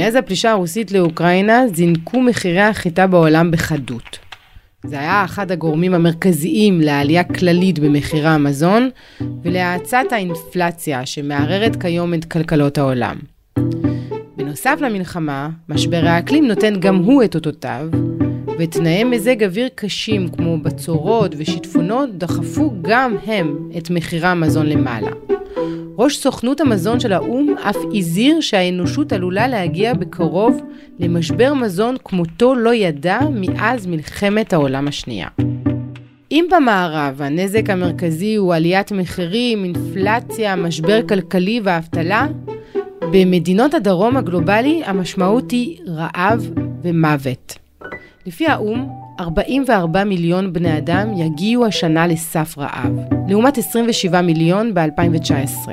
מאז הפלישה הרוסית לאוקראינה זינקו מחירי החיטה בעולם בחדות. זה היה אחד הגורמים המרכזיים לעלייה כללית במחירי המזון ולהאצת האינפלציה שמערערת כיום את כלכלות העולם. בנוסף למלחמה, משבר האקלים נותן גם הוא את אותותיו, ותנאי מזג אוויר קשים כמו בצורות ושיטפונות דחפו גם הם את מחירי המזון למעלה. ראש סוכנות המזון של האו"ם אף הזהיר שהאנושות עלולה להגיע בקרוב למשבר מזון כמותו לא ידע מאז מלחמת העולם השנייה. אם במערב הנזק המרכזי הוא עליית מחירים, אינפלציה, משבר כלכלי ואבטלה, במדינות הדרום הגלובלי המשמעות היא רעב ומוות. לפי האו"ם, 44 מיליון בני אדם יגיעו השנה לסף רעב, לעומת 27 מיליון ב-2019.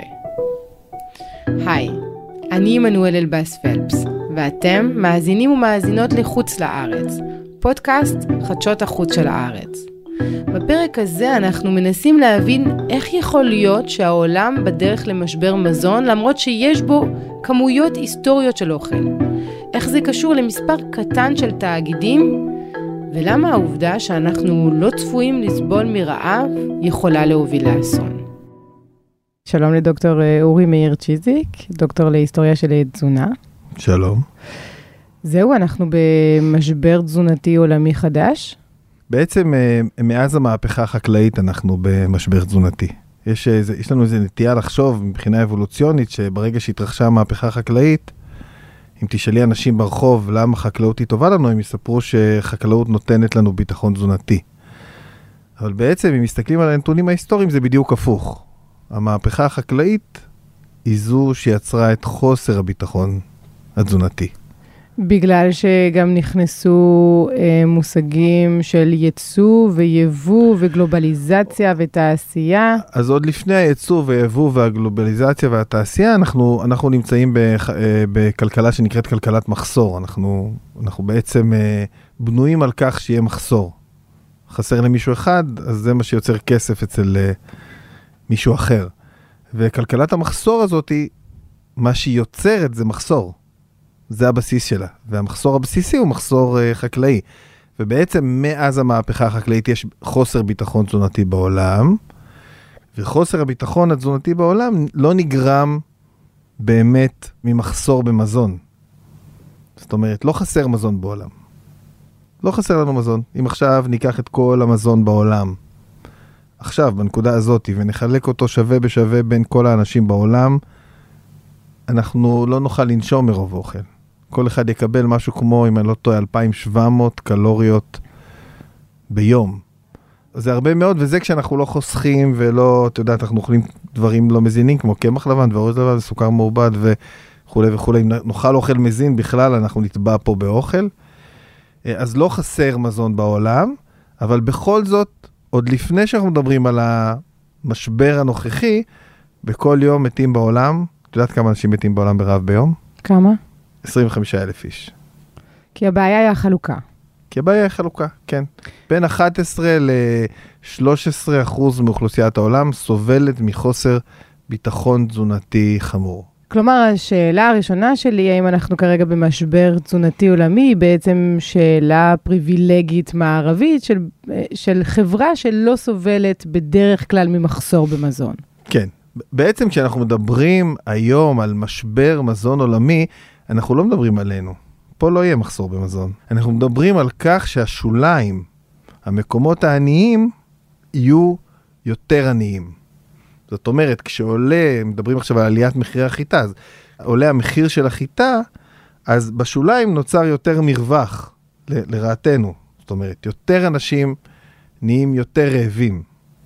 היי, אני עמנואל אלבאס פלפס, ואתם מאזינים ומאזינות לחוץ לארץ, פודקאסט חדשות החוץ של הארץ. בפרק הזה אנחנו מנסים להבין איך יכול להיות שהעולם בדרך למשבר מזון, למרות שיש בו כמויות היסטוריות של אוכל. איך זה קשור למספר קטן של תאגידים, ולמה העובדה שאנחנו לא צפויים לסבול מרעב יכולה להוביל לאסון. שלום לדוקטור אורי מאיר צ'יזיק, דוקטור להיסטוריה של תזונה. שלום. זהו, אנחנו במשבר תזונתי עולמי חדש. בעצם מאז המהפכה החקלאית אנחנו במשבר תזונתי. יש לנו איזו נטייה לחשוב מבחינה אבולוציונית שברגע שהתרחשה המהפכה החקלאית, אם תשאלי אנשים ברחוב למה חקלאות היא טובה לנו, הם יספרו שחקלאות נותנת לנו ביטחון תזונתי. אבל בעצם אם מסתכלים על הנתונים ההיסטוריים זה בדיוק הפוך. המהפכה החקלאית היא זו שיצרה את חוסר הביטחון התזונתי. בגלל שגם נכנסו מושגים של ייצוא ויבוא וגלובליזציה ותעשייה. אז עוד לפני הייצוא ויבוא והגלובליזציה והתעשייה, אנחנו נמצאים בכלכלה שנקראת כלכלת מחסור. אנחנו בעצם בנויים על כך שיהיה מחסור. חסר למישהו אחד, אז זה מה שיוצר כסף אצל מישהו אחר. וכלכלת המחסור הזאת, מה שהיא יוצרת זה מחסור. זה הבסיס שלה, והמחסור הבסיסי הוא מחסור חקלאי. ובעצם מאז המהפכה החקלאית יש חוסר ביטחון תזונתי בעולם, וחוסר הביטחון התזונתי בעולם לא נגרם באמת ממחסור במזון. זאת אומרת, לא חסר מזון בעולם. לא חסר לנו מזון. אם עכשיו ניקח את כל המזון בעולם, עכשיו בנקודה הזאת, ונחלק אותו שווה בשווה בין כל האנשים בעולם, אנחנו לא נוכל לנשום מרוב אוכל. כל אחד יקבל משהו כמו, אם אני לא טועה, 2,700 קלוריות ביום. זה הרבה מאוד, וזה כשאנחנו לא חוסכים ולא, אתה יודע, אנחנו אוכלים דברים לא מזינים, כמו קמח לבן ואורז לבן וסוכר מעובד וכו' וכו'. אם נאכל אוכל מזין בכלל, אנחנו נטבע פה באוכל. אז לא חסר מזון בעולם, אבל בכל זאת, עוד לפני שאנחנו מדברים על המשבר הנוכחי, בכל יום מתים בעולם, את יודעת כמה אנשים מתים בעולם ברעב ביום? כמה? 25,000 איש. כי הבעיה היא החלוקה. כי הבעיה היא החלוקה, כן. בין 11 ל-13% מאוכלוסיית העולם סובלת מחוסר ביטחון תזונתי חמור. כלומר, השאלה הראשונה שלי, האם אנחנו כרגע במשבר תזונתי עולמי, היא בעצם שאלה פריבילגית מערבית של חברה שלא סובלת בדרך כלל ממחסור במזון. כן. בעצם כשאנחנו מדברים היום על משבר מזון עולמי, אנחנו לא מדברים עלינו. פה לא יהיה מחסור במזון. אנחנו מדברים על כך שהשוליים, המקומות העניים, יהיו יותר עניים. זאת אומרת, כשעולה, מדברים עכשיו על עליית מחירי החיטה, אז עולה המחיר של החיטה, אז בשוליים נוצר יותר מרווח לרעתנו. זאת אומרת, יותר אנשים נהיים יותר רעבים.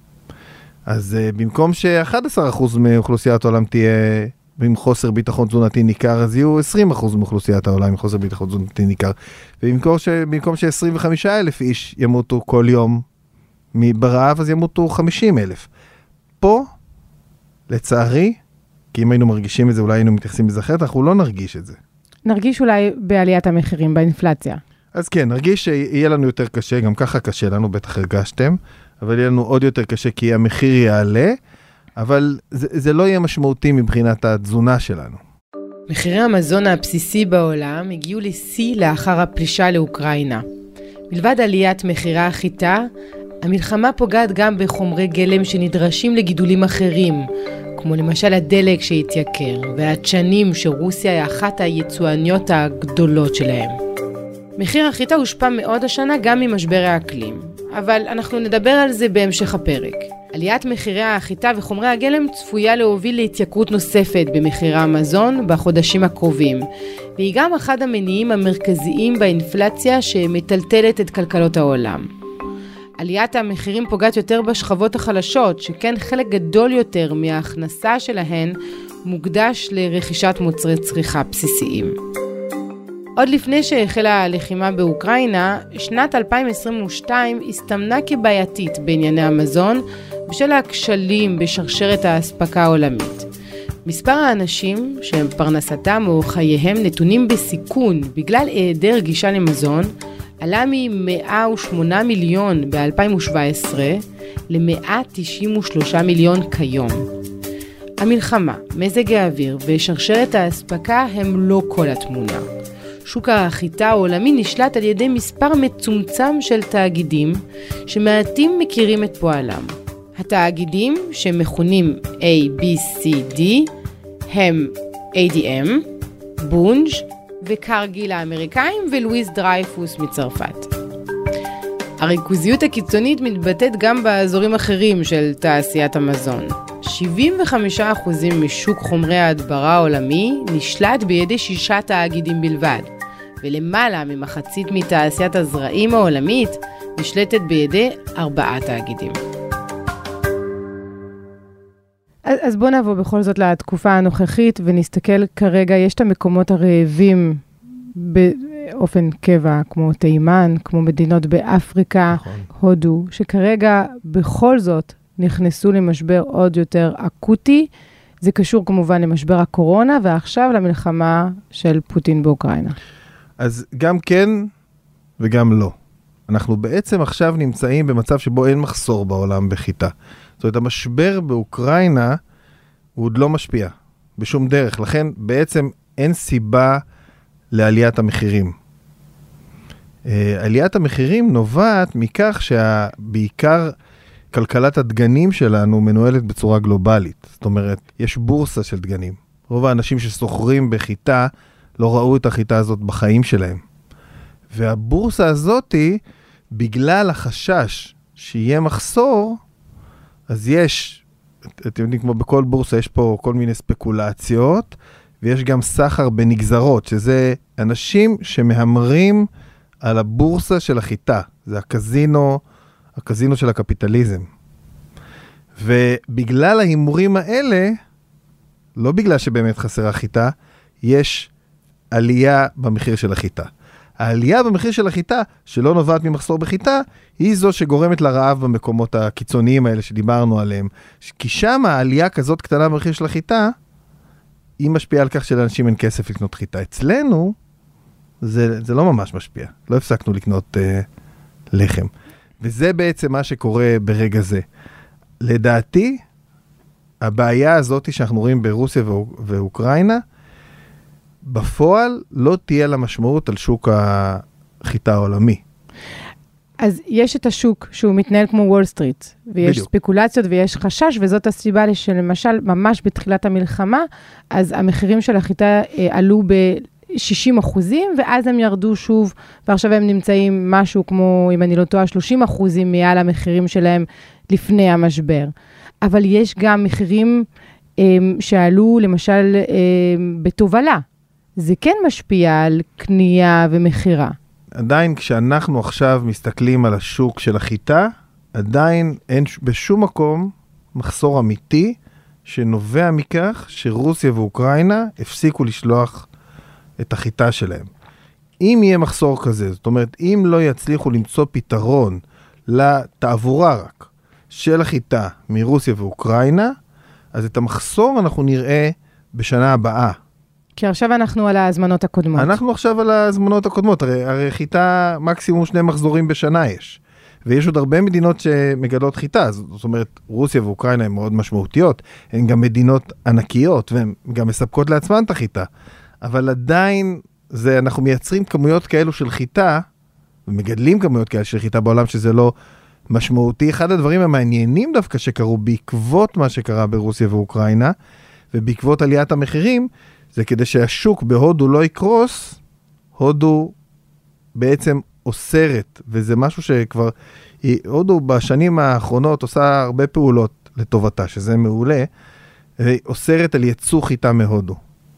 אז במקום ש11% מאוכלוסיית העולם תהיה עם חוסר ביטחון תזונתי ניכר, אז יהיו 20% מאוכלוסיית העולם עם חוסר ביטחון תזונתי ניכר. ובמקום ש25,000 איש ימותו כל יום ברעב, אז ימותו 50,000. פה, לצערי, כי אם היינו מרגישים את זה, אולי היינו מתייחסים בזה אחרת, אנחנו לא נרגיש את זה. נרגיש אולי בעליית המחירים, באינפלציה. אז כן, נרגיש שיהיה לנו יותר קשה, גם ככה קשה לנו, בטח הרגשתם, אבל יהיה לנו עוד יותר קשה כי המחיר יעלה, אבל זה לא יהיה משמעותי מבחינת התזונה שלנו. מחירי המזון הבסיסי בעולם הגיעו לשיא לאחר הפלישה לאוקראינה. מלבד עליית מחירי החיטה, המלחמה פוגעת גם בחומרי גלם שנדרשים לגידולים אחרים, כמו למשל הדלק שהתייקר, והדשנים שרוסיה היא אחת היצואניות הגדולות שלהם. מחיר החיטה הושפע מאוד השנה גם ממשבר האקלים, אבל אנחנו נדבר על זה בהמשך הפרק. עליית מחירי החיטה וחומרי הגלם צפויה להוביל להתייקרות נוספת במחירי המזון בחודשים הקרובים, והיא גם אחד המניעים המרכזיים באינפלציה שמטלטלת את כלכלות העולם. עליית המחירים פוגעת יותר בשכבות החלשות, שכן חלק גדול יותר מההכנסה שלהן מוקדש לרכישת מוצרי צריכה בסיסיים. עוד לפני שהחלה הלחימה באוקראינה, שנת 2022 הסתמנה כבעייתית בענייני המזון בשל הכשלים בשרשרת האספקה העולמית. מספר האנשים שהם פרנסתם או חייהם נתונים בסיכון בגלל היעדר גישה למזון עלה מ-108 מיליון ב-2017 ל-193 מיליון כיום. המלחמה, מזג האוויר ושרשרת האספקה הם לא כל התמונה. שוק החיטה העולמי נשלט על ידי מספר מצומצם של תאגידים שמעטים מכירים את פועלם. התאגידים שמכונים A, B, C, D הם ADM, בונג' וקרגיל האמריקאים ולואיס דרייפוס מצרפת. הריכוזיות הקיצונית מתבטאת גם באזורים אחרים של תעשיית המזון. 75% משוק חומרי ההדברה העולמי נשלט בידי 6 תאגידים בלבד, ולמעלה ממחצית מתעשיית הזרעים העולמית נשלטת בידי 4 תאגידים. אז בוא נעבור בכל זאת לתקופה הנוכחית ונסתכל כרגע, יש את המקומות הרעבים באופן קבע, כמו תימן, כמו מדינות באפריקה, נכון. הודו, שכרגע בכל זאת נכנסו למשבר עוד יותר אקוטי. זה קשור כמובן למשבר הקורונה, ועכשיו למלחמה של פוטין באוקראינה. אז גם כן וגם לא. אנחנו בעצם עכשיו נמצאים במצב שבו אין מחסור בעולם בחיטה. זאת אומרת, המשבר באוקראינה הוא עוד לא משפיע בשום דרך. לכן בעצם אין סיבה לעליית המחירים. עליית המחירים נובעת מכך שבעיקר כלכלת הדגנים שלנו מנוהלת בצורה גלובלית. זאת אומרת, יש בורסה של דגנים. רוב האנשים שסוחרים בחיטה לא ראו את החיטה הזאת בחיים שלהם. והבורסה הזאת, בגלל החשש שיהיה מחסור, אז יש, אתם יודעים, כמו בכל בורסה, יש פה כל מיני ספקולציות, ויש גם סחר בנגזרות, שזה אנשים שמהמרים על הבורסה של החיטה. זה הקזינו של הקפיטליזם. ובגלל ההימורים האלה, לא בגלל שבאמת חסרה חיטה, יש עלייה במחיר של החיטה. העלייה במחיר של החיטה, שלא נובעת ממחסור בחיטה, היא זו שגורמת לרעב במקומות הקיצוניים האלה שדיברנו עליהם. כי שם העלייה כזאת קטנה במחיר של החיטה, היא משפיעה על כך שלאנשים אין כסף לקנות חיטה. אצלנו, זה לא ממש משפיע. לא הפסקנו לקנות לחם. וזה בעצם מה שקורה ברגע זה. לדעתי, הבעיה הזאת שאנחנו רואים ברוסיה ואוקראינה, בפועל לא תהיה לה משמעות על שוק החיטה העולמי. אז יש את השוק שהוא מתנהל כמו וול סטריט, ויש בדיוק. ספקולציות ויש חשש, וזאת הסיבה שלמשל ממש בתחילת המלחמה, אז המחירים של החיטה עלו ב-60%, ואז הם ירדו שוב, ועכשיו הם נמצאים משהו כמו, אם אני לא טועה, 30% מעל המחירים שלהם לפני המשבר. אבל יש גם מחירים שעלו למשל בתובלה. זה כן משפיע על קנייה ומחירה. עדיין כשאנחנו עכשיו מסתכלים על השוק של החיטה, עדיין אין בשום מקום מחסור אמיתי שנובע מכך שרוסיה ואוקראינה הפסיקו לשלוח את החיטה שלהם. אם יהיה מחסור כזה, זאת אומרת, אם לא יצליחו למצוא פתרון לתעבורה רק של החיטה מרוסיה ואוקראינה, אז את המחסור אנחנו נראה בשנה הבאה. כי עכשיו אנחנו על ההזמנות הקודמות. אנחנו עכשיו על ההזמנות הקודמות, הרי חיטה מקסימום 2 מחזורים בשנה יש. ויש עוד הרבה מדינות שמגדלות חיטה, זאת אומרת, רוסיה ואוקראינה הן מאוד משמעותיות, הן גם מדינות ענקיות, והן גם מספקות לעצמן את החיטה, אבל עדיין אנחנו מייצרים כמויות כאלו של חיטה, ומגדלים כמויות כאלה של חיטה בעולם, שזה לא משמעותי. אחד הדברים המעניינים דווקא שקרו בעקבות מה שקרה ברוסיה ואוקראינה, ובעקבות עליית המחירים, זה כדי שהשוק בהודו לא יקרוס, הודו בעצם אוסרת, וזה משהו שכבר, הודו בשנים האחרונות עושה הרבה פעולות לטובתה, שזה מעולה, אוסרת על ייצוא חיטה מהודו.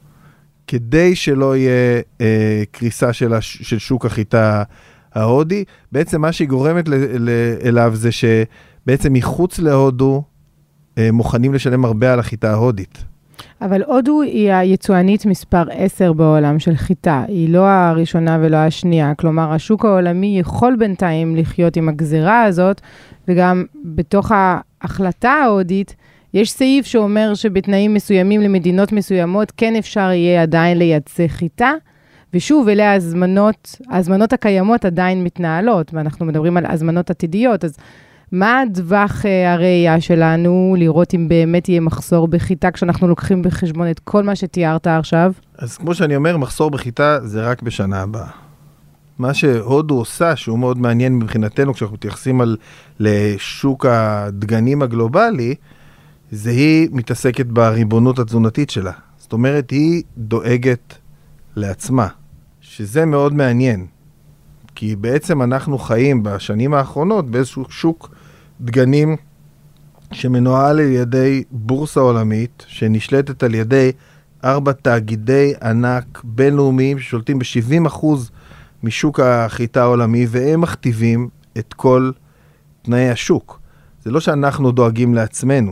כדי שלא יהיה קריסה של שוק החיטה ההודי, בעצם מה שהיא גורמת אליו זה שבעצם מחוץ להודו מוכנים לשלם הרבה על החיטה ההודית. אבל הודו היא היצואנית מספר 10 בעולם של חיטה, היא לא הראשונה ולא השנייה, כלומר השוק העולמי יכול בינתיים לחיות עם הגזירה הזאת, וגם בתוך ההחלטה ההודית, יש סעיף שאומר שבתנאים מסוימים למדינות מסוימות, כן אפשר יהיה עדיין לייצא חיטה, ושוב, אלה ההזמנות הקיימות עדיין מתנהלות, ואנחנו מדברים על הזמנות עתידיות, אז מה הדווח הראייה שלנו לראות אם באמת יהיה מחסור בחיטה, כשאנחנו לוקחים בחשבון את כל מה שתיארת עכשיו? אז כמו שאני אומר, מחסור בחיטה זה רק בשנה הבאה. מה שהודו עושה, שהוא מאוד מעניין מבחינתנו, כשאנחנו מתייחסים לשוק הדגנים הגלובלי, זה היא מתעסקת בריבונות התזונתית שלה. זאת אומרת, היא דואגת לעצמה, שזה מאוד מעניין. כי בעצם אנחנו חיים בשנים האחרונות באיזשהו שוק דגנים שמנוהל על ידי בורסה עולמית, שנשלטת על ידי 4 תאגידי ענק בינלאומיים ששולטים ב-70% משוק החיטה העולמי, והם מכתיבים את כל תנאי השוק. זה לא שאנחנו דואגים לעצמנו,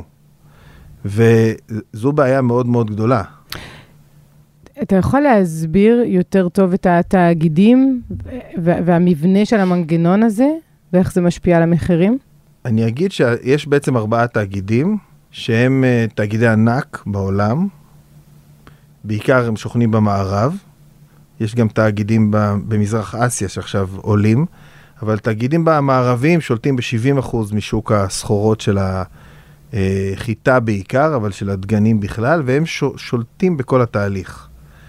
וזו בעיה מאוד מאוד גדולה. אתה יכול להסביר יותר טוב את התאגידים והמבנה של המנגנון הזה, ואיך זה משפיע על המחירים? אני אגיד שיש בעצם 4 תאגידים, שהם תאגידי ענק בעולם, בעיקר הם שוכנים במערב, יש גם תאגידים במזרח אסיה שעכשיו עולים, אבל תאגידים במערבים שולטים ב-70% משוק הסחורות של החיטה בעיקר, אבל של הדגנים בכלל, והם שולטים בכל התהליך.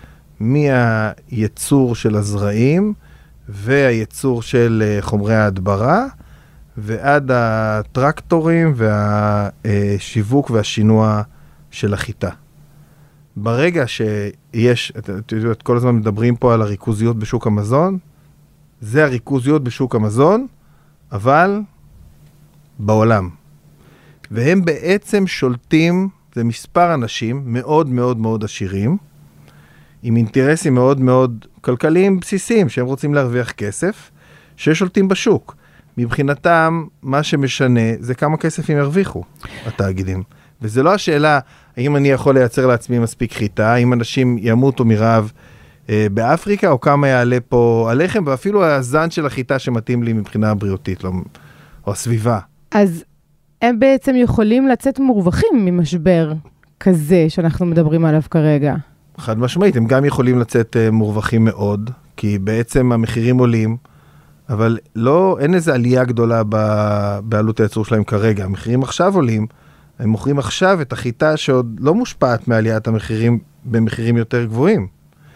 מהייצור של הזרעים והייצור של חומרי ההדברה ועד הטרקטורים והשיווק והשינוע של החיטה. ברגע שיש, כל הזמן מדברים פה על הריכוזיות בשוק המזון, זה הריכוזיות בשוק המזון, אבל בעולם. והם בעצם שולטים, זה מספר אנשים מאוד מאוד מאוד עשירים, עם אינטרסים מאוד מאוד כלכליים בסיסיים, שהם רוצים להרוויח כסף, ששולטים בשוק. מבחינתם, מה שמשנה זה כמה כסף הם ירוויחו, התאגידים. וזה לא השאלה, האם אני יכול לייצר לעצמי מספיק חיטה, האם אנשים ימותו מרעב באפריקה, או כמה יעלה פה הלחם, ואפילו הזן של החיטה שמתאים לי מבחינה בריאותית, או הסביבה. אז הם בעצם יכולים לצאת מורווחים ממשבר כזה שאנחנו מדברים עליו כרגע. חד משמעית, הם גם יכולים לצאת מורווחים מאוד, כי בעצם המחירים עולים, אבל אין איזו עלייה גדולה בעלות הייצור שלהם כרגע. המחירים עכשיו עולים, הם מוכרים עכשיו את החיטה שעוד לא מושפעת מעליית המחירים במחירים יותר גבוהים.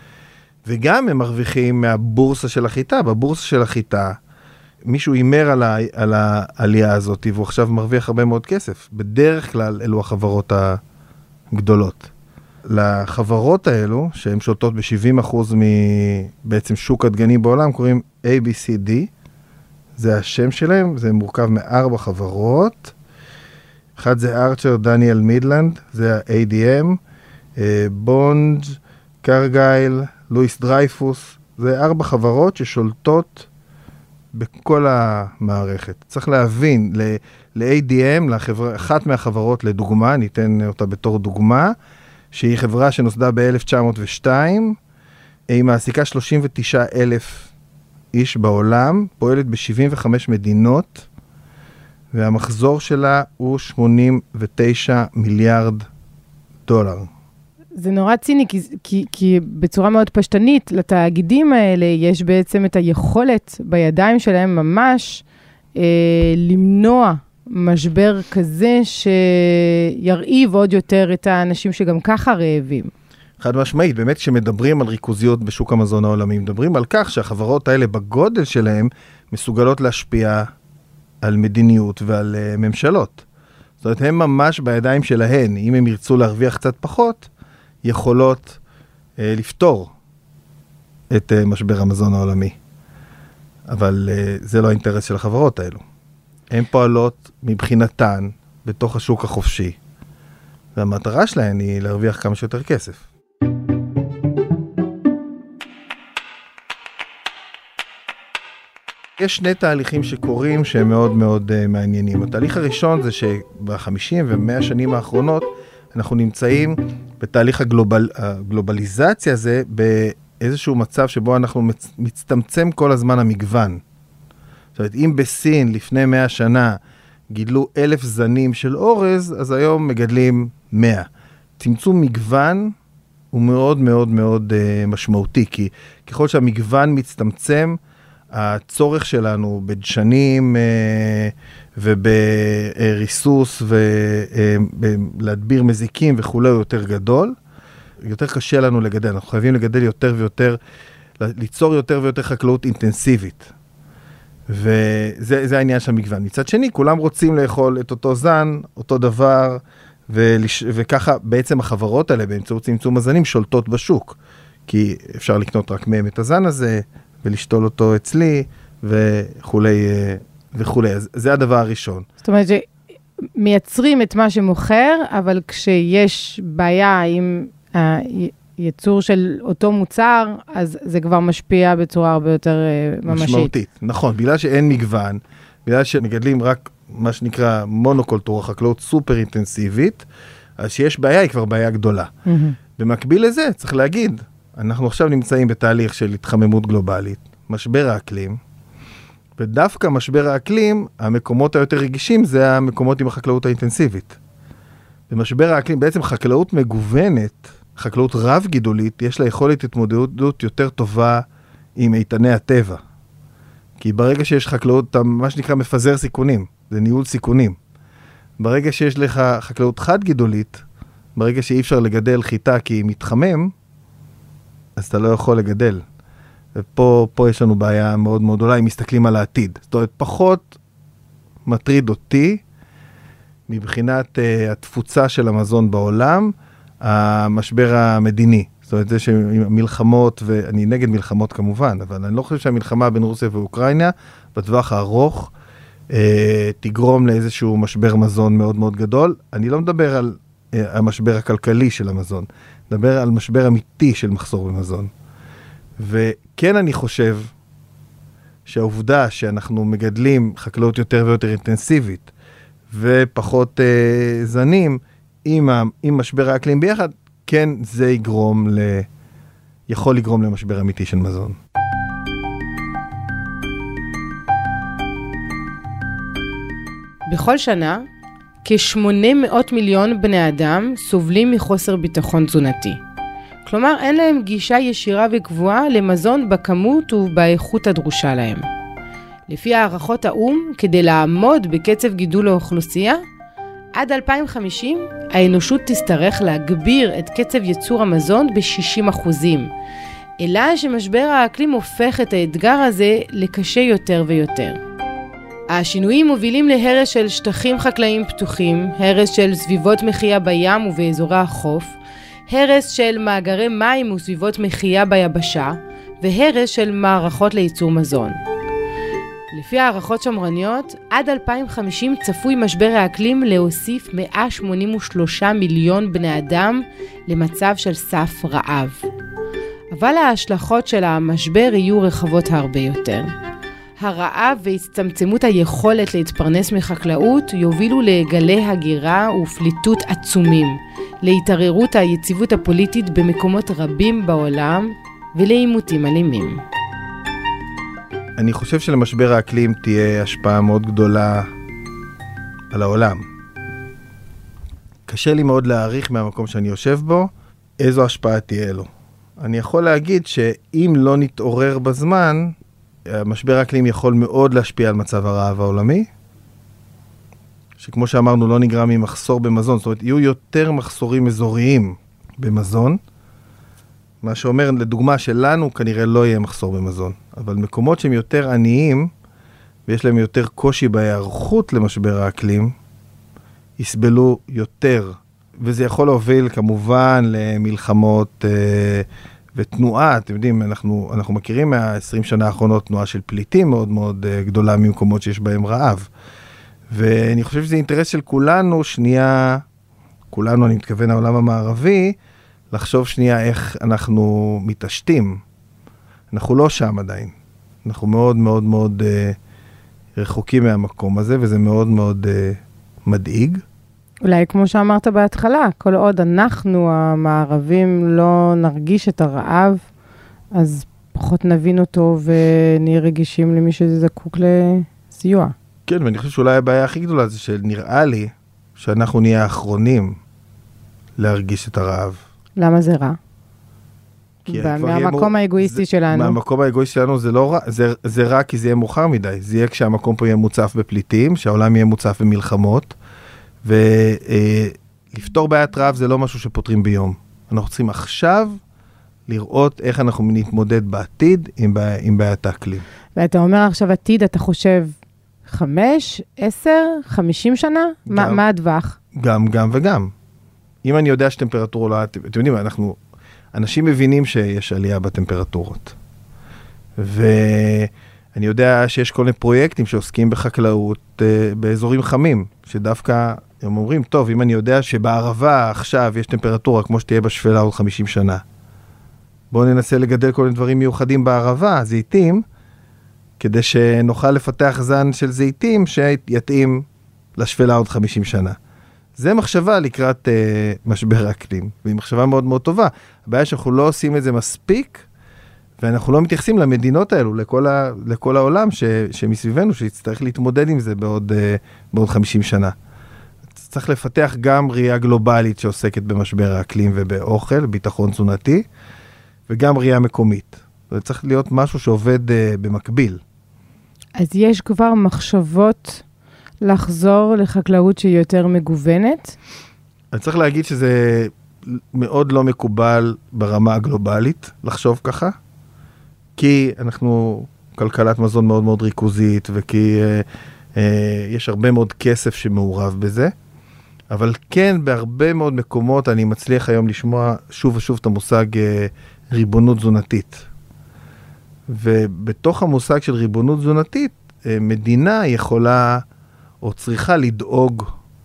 וגם הם מרוויחים מהבורסה של החיטה. בבורסה של החיטה, מישהו יימר על העלייה הזאת, והוא עכשיו מרוויח הרבה מאוד כסף. בדרך כלל אלו החברות הגדולות. לחברות האלו, שהן שולטות ב-70% מבעצם שוק הדגנים בעולם, קוראים ABCD, זה השם שלהם, זה מורכב מ4 חברות, אחד זה ארצ'ר דניאל מידלנד, זה ה-ADM, בונד, קרגייל, לואיס דרייפוס, זה 4 חברות ששולטות בכל המערכת. צריך להבין, ל-ADM, אחת מהחברות לדוגמה, ניתן אותה בתור דוגמה, שהיא חברה שנוסדה ב-1902, היא מעסיקה 39,000 איש בעולם, פועלת ב-75 מדינות, והמחזור שלה הוא 89 מיליארד דולר. זה נורא ציני, כי בצורה מאוד פשטנית, לתאגידים האלה יש בעצם את היכולת בידיים שלהם ממש למנוע משבר כזה שירעיב עוד יותר את האנשים שגם ככה רעבים. חד משמעית, באמת כשמדברים על ריכוזיות בשוק המזון העולמי, מדברים על כך שהחברות האלה בגודל שלהם מסוגלות להשפיע על מדיניות ועל ממשלות. זאת אומרת, הם ממש בידיים שלהן, אם הם ירצו להרוויח קצת פחות, יכולות לפתור את משבר המזון העולמי. אבל זה לא האינטרס של החברות האלו. הן פועלות מבחינתן בתוך השוק החופשי, והמטרה שלהן היא להרוויח כמה שיותר כסף. יש שני תהליכים שקורים שהם מאוד מאוד מעניינים. התהליך הראשון זה שב-50 ו-100 שנים האחרונות אנחנו נמצאים בתהליך הגלובליזציה הזה באיזשהו מצב שבו אנחנו מצטמצם כל הזמן המגוון. זאת אומרת, אם בסין לפני 100 שנה גידלו 1,000 זנים של אורז, אז היום מגדלים 100. צמצום מגוון הוא מאוד מאוד מאוד משמעותי, כי ככל שהמגוון מצטמצם, הצורך שלנו בדשנים ובריסוס ולהדביר מזיקים וכו' הוא יותר גדול. יותר קשה לנו לגדל, אנחנו חייבים לגדל יותר ויותר, ליצור יותר ויותר חקלאות אינטנסיבית. וזה העניין של המגוון. מצד שני, כולם רוצים לאכול את אותו זן, אותו דבר, וככה בעצם החברות האלה באמצעות צמצום הזנים שולטות בשוק. כי אפשר לקנות רק מהם את הזן הזה, ולשתול אותו אצלי, וכולי וכולי. אז זה הדבר הראשון. זאת אומרת שמייצרים את מה שמוכר, אבל כשיש בעיה עם הייצור של אותו מוצר, אז זה כבר משפיע בצורה הרבה יותר ממשית. משמעותית, נכון. בגלל שאין מגוון, בגלל שמגדלים רק מה שנקרא מונוקולטורה, חקלאות סופר אינטנסיבית, אז שיש בעיה, היא כבר בעיה גדולה. במקביל לזה, צריך להגיד, אנחנו עכשיו נמצאים בתהליך של התחממות גלובלית, משבר האקלים, ודווקא משבר האקלים, המקומות היותר רגישים זה המקומות עם החקלאות האינטנסיבית. במשבר האקלים, בעצם חקלאות מגוונת, חקלאות רב גידולית, יש לה יכולת התמודדות יותר טובה עם איתני הטבע. כי ברגע שיש חקלאות, אתה מה שנקרא מפזר סיכונים, זה ניהול סיכונים. ברגע שיש לך חקלאות חד גידולית, ברגע שאי אפשר לגדל חיטה כי היא מתחמם, אז אתה לא יכול לגדל. ופה יש לנו בעיה מאוד מאוד גדולה, אם מסתכלים על העתיד. זאת אומרת, פחות מטריד אותי, מבחינת התפוצה של המזון בעולם, המשבר המדיני. זאת אומרת, זה שמלחמות, ואני נגד מלחמות כמובן, אבל אני לא חושב שהמלחמה בין רוסיה ואוקראינה, בטווח הארוך, תגרום לאיזשהו משבר מזון מאוד מאוד גדול. אני לא מדבר על המשבר הכלכלי של המזון, מדבר על משבר אמיתי של מחסור במזון. וכן אני חושב שהעובדה שאנחנו מגדלים חקלאות יותר ויותר אינטנסיבית, ופחות זנים, עם משבר האקלים ביחד, כן זה יכול לגרום למשבר אמיתי של מזון. בכל שנה, כ-800 מיליון בני אדם סובלים מחוסר ביטחון תזונתי. כלומר, אין להם גישה ישירה וקבועה למזון בכמות ובאיכות הדרושה להם. לפי הערכות האום, כדי לעמוד בקצב גידול האוכלוסייה, עד 2050 האנושות תצטרך להגביר את קצב ייצור המזון ב-60%. אלא שמשבר האקלים הופך את האתגר הזה לקשה יותר ויותר. השינויים מובילים להרס של שטחים חקלאיים פתוחים, הרס של סביבות מחיה בים ובאזורי החוף, הרס של מאגרי מים וסביבות מחיה ביבשה, והרס של מערכות לייצור מזון. לפי הערכות שמרניות, עד 2050 צפוי משבר האקלים להוסיף 183 מיליון בני אדם למצב של סף רעב. אבל ההשלכות של המשבר יהיו רחבות הרבה יותר. הרעב והצטמצמות היכולת להתפרנס מחקלאות יובילו לגלי הגירה ופליטות עצומים, להתערערות היציבות הפוליטית במקומות רבים בעולם ולעימותים אלימים. אני חושב שלמשבר האקלים תהיה השפעה מאוד גדולה על העולם. קשה לי מאוד להעריך מהמקום שאני יושב בו, איזו השפעה תהיה לו. אני יכול להגיד שאם לא נתעורר בזמן, המשבר האקלים יכול מאוד להשפיע על מצב הרעב העולמי, שכמו שאמרנו לא נגרם ממחסור במזון, זאת אומרת יהיו יותר מחסורים אזוריים במזון, מה שאומר לדוגמה שלנו כנראה לא יהיה מחסור במזון, אבל מקומות שהם יותר עניים ויש להם יותר קושי בהיערכות למשבר האקלים, יסבלו יותר, וזה יכול להוביל כמובן למלחמות ותנועה, אתם יודעים, אנחנו מכירים מה-20 שנה האחרונות תנועה של פליטים מאוד מאוד גדולה ממקומות שיש בהם רעב. ואני חושב שזה אינטרס של כולנו, שנייה, כולנו, אני מתכוון העולם המערבי, לחשוב שנייה איך אנחנו מתעשתים. אנחנו לא שם עדיין. אנחנו מאוד מאוד מאוד רחוקים מהמקום הזה, וזה מאוד מאוד מדאיג. אולי כמו שאמרת בהתחלה, כל עוד אנחנו המערבים לא נרגיש את הרעב, אז פחות נבין אותו ונהיה רגישים למי שזקוק לסיוע. כן, ואני חושב שאולי הבעיה הכי גדולה זה שנראה לי שאנחנו נהיה האחרונים להרגיש את הרעב. למה זה רע? מהמקום האגואיסטי שלנו. מהמקום האגואיסטי שלנו זה לא רע, זה רע כי זה יהיה מאוחר מדי. זה יהיה כשהמקום פה יהיה מוצף בפליטים, שהעולם יהיה מוצף במלחמות, ולפתור בעיית רעב זה לא משהו שפותרים ביום. אנחנו צריכים עכשיו לראות איך אנחנו נתמודד בעתיד עם בעיית האקלים. ואתה אומר עכשיו עתיד, אתה חושב 5, 10, 50 שנה? מה הדווח? גם וגם. אם אני יודע שטמפרטורה עולה, אתם יודעים, אנשים מבינים שיש עלייה בטמפרטורות. ואני יודע שיש כל מיני פרויקטים שעוסקים בחקלאות באזורים חמים, שדווקא הם אומרים, טוב, אם אני יודע שבערבה עכשיו יש טמפרטורה כמו שתהיה בשפלה עוד 50 שנה, בואו ננסה לגדל כל מיני דברים מיוחדים בערבה, זיתים, כדי שנוכל לפתח זן של זיתים שיתאים לשפלה עוד 50 שנה. זה מחשבה לקראת משבר האקלים, והיא מחשבה מאוד מאוד טובה. הבעיה שאנחנו לא עושים את זה מספיק, ואנחנו לא מתייחסים למדינות האלו, לכל העולם שמסביבנו, שיצטרך להתמודד עם זה בעוד 50 שנה. צריך לפתח גם ראייה גלובלית שעוסקת במשבר האקלים ובאוכל, ביטחון תזונתי, וגם ראייה מקומית. זה צריך להיות משהו שעובד במקביל. אז יש כבר מחשבות לחזור לחקלאות שהיא יותר מגוונת? אני צריך להגיד שזה מאוד לא מקובל ברמה הגלובלית לחשוב ככה, כי אנחנו כלכלת מזון מאוד מאוד ריכוזית, וכי יש הרבה מאוד כסף שמעורב בזה, אבל כן בהרבה מאוד מקומות אני מצליח היום לשמוע שוב ושוב את המושג ריבונות תזונתית. ובתוך המושג של ריבונות תזונתית, מדינה יכולה או צריכה לדאוג,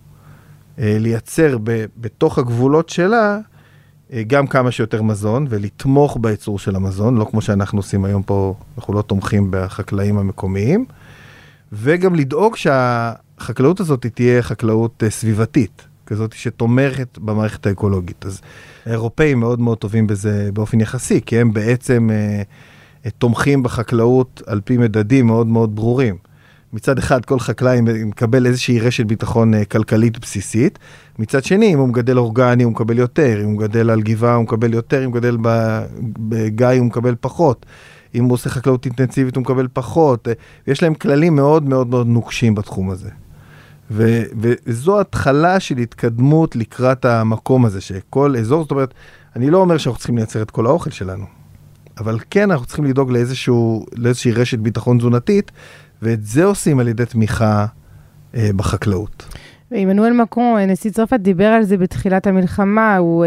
לייצר בתוך הגבולות שלה, גם כמה שיותר מזון, ולתמוך בייצור של המזון, לא כמו שאנחנו עושים היום פה, אנחנו לא תומכים בחקלאים המקומיים, וגם לדאוג שהחקלאות הזאת תהיה חקלאות סביבתית, כזאת שתומכת במערכת האקולוגית. אז האירופאים מאוד מאוד טובים בזה באופן יחסי, כי הם בעצם תומכים בחקלאות על פי מדדים מאוד מאוד ברורים. מצד אחד, כל חקלאי מקבל איזושהי רשת ביטחון כלכלית בסיסית. מצד שני, אם הוא מגדל אורגני, הוא מקבל יותר. אם הוא מגדל על גבעה, הוא מקבל יותר. אם הוא מגדל בגיא, הוא מקבל פחות. אם הוא עושה חקלאות אינטנסיבית, הוא מקבל פחות. יש להם כללים מאוד מאוד מאוד נוקשים בתחום הזה. וזו התחלה של התקדמות לקראת המקום הזה, שכל אזור, זאת אומרת, אני לא אומר שאנחנו צריכים לייצר את כל האוכל שלנו, אבל כן, אנחנו צריכים לדאוג לאיזושהי רשת ביטחון תזונתית, ואת זה עושים על ידי תמיכה בחקלאות. ועמנואל מקרון, נשיא צרפת, דיבר על זה בתחילת המלחמה, הוא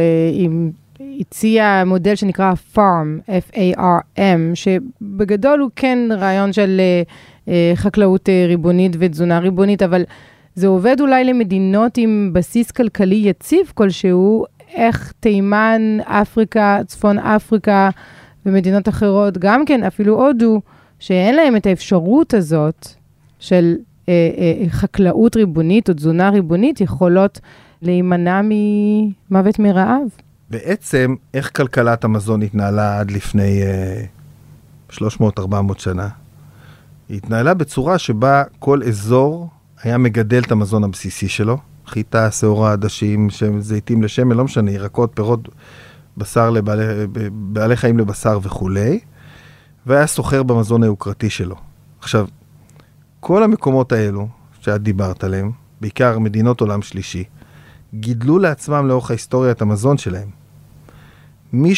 הציע מודל שנקרא FARM, F-A-R-M, שבגדול הוא כן רעיון של חקלאות ריבונית ותזונה ריבונית, אבל זה עובד אולי למדינות עם בסיס כלכלי יציב כלשהו, איך תימן, אפריקה, צפון אפריקה ומדינות אחרות, גם כן, אפילו הודו, שאין להם את האפשרות הזאת של חקלאות ריבונית או תזונה ריבונית, יכולות להימנע ממוות מרעב. בעצם, איך כלכלת המזון התנהלה עד לפני 300-400 שנה? היא התנהלה בצורה שבה כל אזור היה מגדל את המזון הבסיסי שלו, חיטה, שעורה, עדשים, זיתים לשמן, לא משנה, ירקות, פירות, בשר בעלי חיים לבשר וכו'. והיה סוחר במזון היוקרתי שלו. עכשיו, כל המקומות האלו שאת דיברת עליהם, בעיקר מדינות עולם שלישי, גידלו לעצמם לאורך ההיסטוריה את המזון שלהם. מי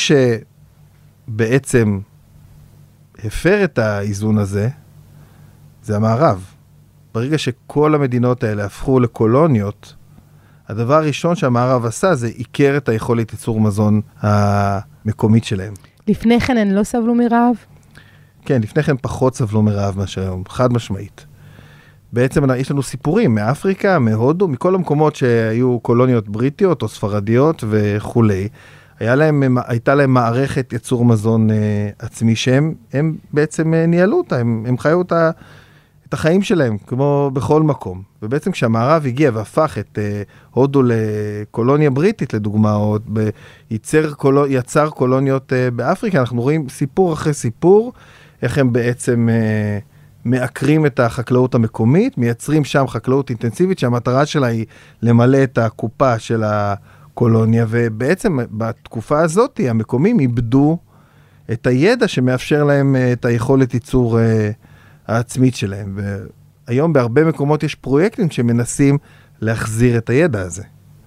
שבעצם הפר את האיזון הזה, זה המערב. ברגע שכל המדינות האלה הפכו לקולוניות, הדבר הראשון שהמערב עשה זה עיקר את היכולת ייצור מזון המקומית שלהם. לפני כן הן לא סבלו מרעב? כן, לפני כן פחות סבלו מרעב מאשר היום, חד משמעית. בעצם יש לנו סיפורים מאפריקה, מהודו, מכל המקומות שהיו קולוניות בריטיות או ספרדיות וכולי. הייתה להם מערכת ייצור מזון עצמי שהם בעצם ניהלו אותה, הם חיו את החיים שלהם, כמו בכל מקום. ובעצם כשהמערב הגיע והפך את הודו לקולוניה בריטית, לדוגמה, או יצר קולוניות באפריקה, אנחנו רואים סיפור אחרי סיפור, איך הם בעצם מעקרים את החקלאות המקומית, מייצרים שם חקלאות אינטנסיבית, שהמטרה שלה היא למלא את הקופה של הקולוניה, ובעצם בתקופה הזאת המקומים איבדו את הידע שמאפשר להם את היכולת ייצור העצמית שלהם. והיום בהרבה מקומות יש פרויקטים שמנסים להחזיר את הידע הזה,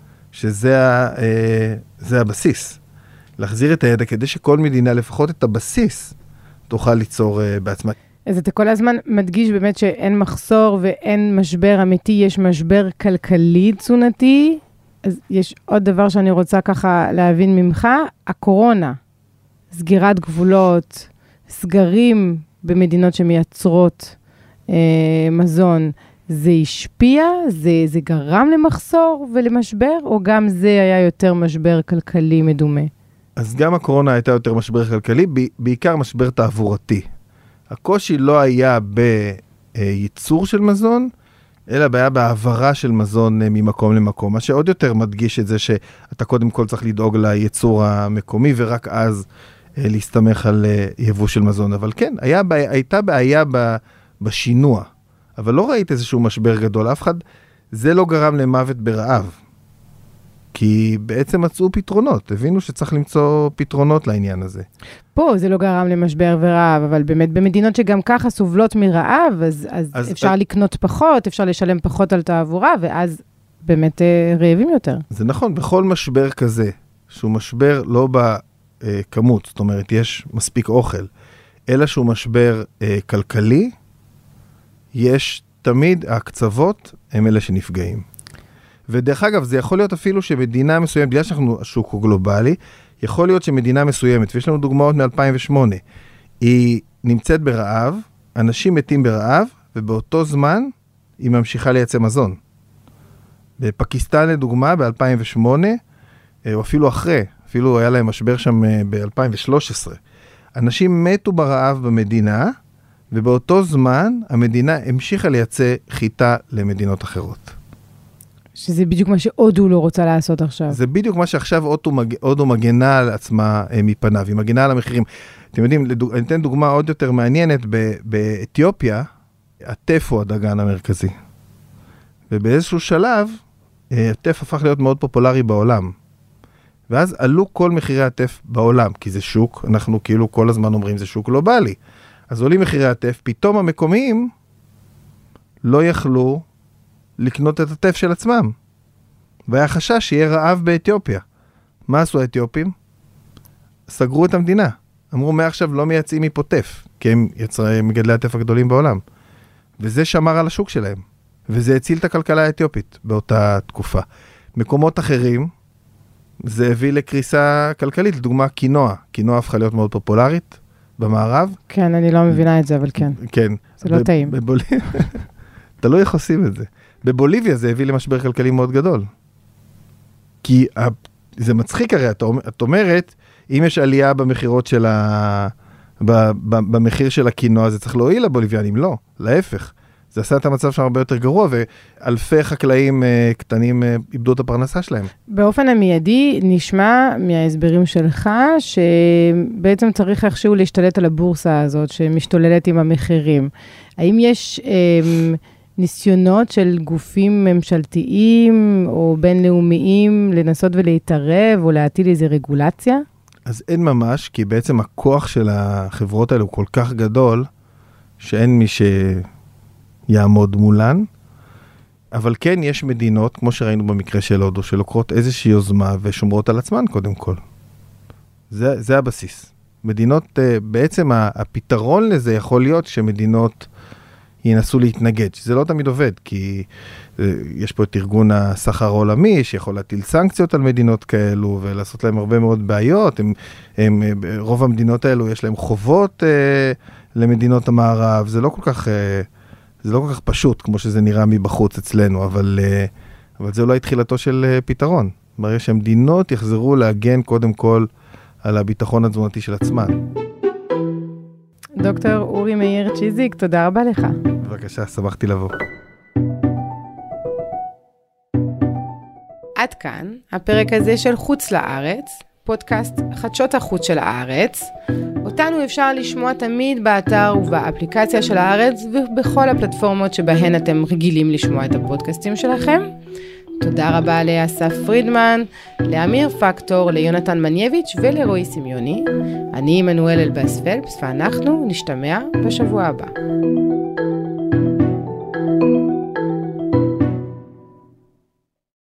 שזה הבסיס. להחזיר את הידע כדי שכל מדינה, לפחות את הבסיס, תוכל ליצור בעצמה. אז אתה כל הזמן מדגיש באמת שאין מחסור ואין משבר אמיתי, יש משבר כלכלי תזונתי. אז יש עוד דבר שאני רוצה ככה להבין ממך, הקורונה, סגירת גבולות, סגרים במדינות שמייצרות מזון, זה השפיע? זה גרם למחסור ולמשבר? או גם זה היה יותר משבר כלכלי מדומה? אז גם הקורונה הייתה יותר משבר כלכלי, בעיקר משבר תעבורתי. הקושי לא היה בייצור של מזון, אלא בעיה בהעברה של מזון ממקום למקום. מה שעוד יותר מדגיש את זה שאתה קודם כל צריך לדאוג לייצור המקומי, ורק אז להסתמך על יבוא של מזון. אבל כן, הייתה בעיה בשינוע. אבל לא ראית איזשהו משבר גדול. אף אחד, זה לא גרם למוות ברעב. כי בעצם מצאו פתרונות, הבינו שצריך למצוא פתרונות לעניין הזה. פה זה לא גרם למשבר ורעב, אבל באמת במדינות שגם ככה סובלות מרעב, אז אפשר לקנות פחות, אפשר לשלם פחות על תעבורה, ואז באמת רעבים יותר. זה נכון, בכל משבר כזה, שהוא משבר לא בכמות, זאת אומרת, יש מספיק אוכל, אלא שהוא משבר כלכלי, יש תמיד ההקצוות הם אלה שנפגעים. ודרך אגב, זה יכול להיות אפילו שמדינה מסוימת, בגלל שאנחנו השוק הוא גלובלי, יכול להיות שמדינה מסוימת, ויש לנו דוגמאות מ-2008, היא נמצאת ברעב, אנשים מתים ברעב, ובאותו זמן היא ממשיכה לייצא מזון. בפקיסטן לדוגמה, ב-2008, או אפילו אחרי, אפילו היה להם משבר שם ב-2013, אנשים מתו ברעב במדינה, ובאותו זמן המדינה המשיכה לייצא חיטה למדינות אחרות. שזה בדיוק מה שהודו לא רוצה לעשות עכשיו. זה בדיוק מה שעכשיו הודו מגנה על עצמה מפניו, היא מגנה על המחירים. אתם יודעים, אני אתן דוגמה עוד יותר מעניינת, באתיופיה, הטף הוא הדגן המרכזי. ובאיזשהו שלב, הטף הפך להיות מאוד פופולרי בעולם. ואז עלו כל מחירי הטף בעולם, כי זה שוק, אנחנו כאילו כל הזמן אומרים, זה שוק גלובלי. אז עולים מחירי הטף, פתאום המקומיים לא יכלו לקנות את הטף של עצמם. והיה חשש שיהיה רעב באתיופיה. מה עשו האתיופים? סגרו את המדינה. אמרו, מעכשיו לא מייצאים מפה טף, כי הם מגדלי הטף הגדולים בעולם. וזה שמר על השוק שלהם. וזה הציל את הכלכלה האתיופית באותה תקופה. מקומות אחרים, זה הביא לקריסה כלכלית. לדוגמה, קינוע. קינוע הפכה להיות מאוד פופולרית במערב. כן, אני לא מבינה את זה, אבל כן. כן. זה לא טעים. אתה לא איך עושים את זה. בבוליביה זה הביא למשבר כלכלי מאוד גדול. כי זה מצחיק הרי, את אומרת, אם יש עלייה במחירות של במחיר של הקינוע, זה צריך להועיל לבוליביאנים, לא, להפך. זה עשה את המצב שם הרבה יותר גרוע, ואלפי חקלאים קטנים איבדו את הפרנסה שלהם. באופן המיידי נשמע מההסברים שלך, שבעצם צריך איכשהו להשתלט על הבורסה הזאת, שמשתוללת עם המחירים. האם יש ניסיונות של גופים ממשלתיים או בינלאומיים לנסות ולהתערב או להטיל איזו רגולציה? אז אין ממש, כי בעצם הכוח של החברות האלה הוא כל כך גדול, שאין מי שיעמוד מולן, אבל כן יש מדינות, כמו שראינו במקרה של הודו, שלוקחות איזושהי יוזמה ושומרות על עצמן קודם כל. זה הבסיס. מדינות, בעצם הפתרון לזה יכול להיות שמדינות ינסו להתנגד, שזה לא תמיד עובד, כי יש פה את ארגון הסחר העולמי, שיכול להטיל סנקציות על מדינות כאלו, ולעשות להם הרבה מאוד בעיות. רוב המדינות האלו יש להם חובות למדינות המערב, זה לא כל כך פשוט, כמו שזה נראה מבחוץ אצלנו, אבל זה אולי תחילתו של פתרון. ברגע שהמדינות יחזרו להגן קודם כל על הביטחון התזונתי של עצמן. דוקטור אורי מאיר צ'יזיק, תודה רבה לך. בבקשה, שמחתי לבוא. עד כאן הפרק הזה של חוץ לארץ, פודקאסט חדשות החוץ של הארץ. אותנו אפשר לשמוע תמיד באתר ובאפליקציה של הארץ ובכל הפלטפורמות שבהן אתם רגילים לשמוע את הפודקאסטים שלכם. תודה רבה לאסף פרידמן, לאמיר פקטור, ליונתן מנייביץ' ולרועי סמיוני. אני מנואל אלבאס פלפס ואנחנו נשתמע בשבוע הבא.